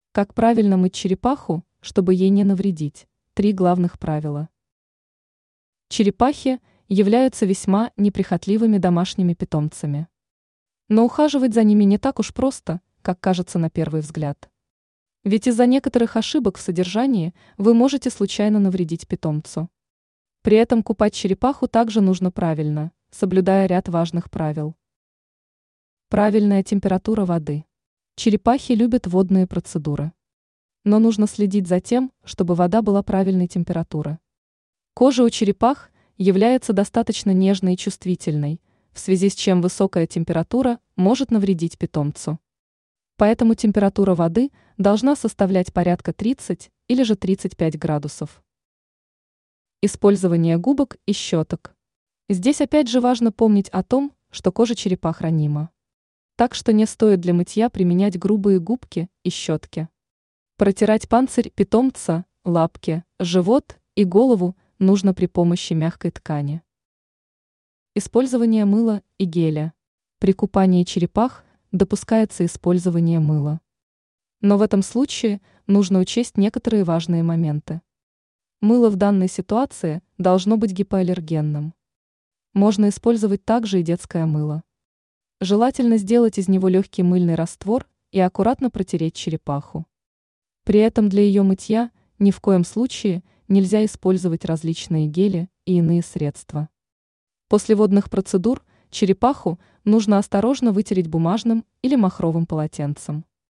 Как правильно мыть черепаху, чтобы ей не навредить? 3 главных правила. Черепахи являются весьма неприхотливыми домашними питомцами. Но ухаживать за ними не так уж просто, как кажется на первый взгляд. Ведь из-за некоторых ошибок в содержании вы можете случайно навредить питомцу. При этом купать черепаху также нужно правильно, соблюдая ряд важных правил. Правильная температура воды. Черепахи любят водные процедуры. Но нужно следить за тем, чтобы вода была правильной температуры. Кожа у черепах является достаточно нежной и чувствительной, в связи с чем высокая температура может навредить питомцу. Поэтому температура воды должна составлять порядка 30 или же 35 градусов. Использование губок и щеток. Здесь опять же важно помнить о том, что кожа черепах ранима. Так что не стоит для мытья применять грубые губки и щетки. Протирать панцирь питомца, лапки, живот и голову нужно при помощи мягкой ткани. Использование мыла и геля. При купании черепах допускается использование мыла. Но в этом случае нужно учесть некоторые важные моменты. Мыло в данной ситуации должно быть гипоаллергенным. Можно использовать также и детское мыло. Желательно сделать из него легкий мыльный раствор и аккуратно протереть черепаху. При этом для ее мытья ни в коем случае нельзя использовать различные гели и иные средства. После водных процедур черепаху нужно осторожно вытереть бумажным или махровым полотенцем.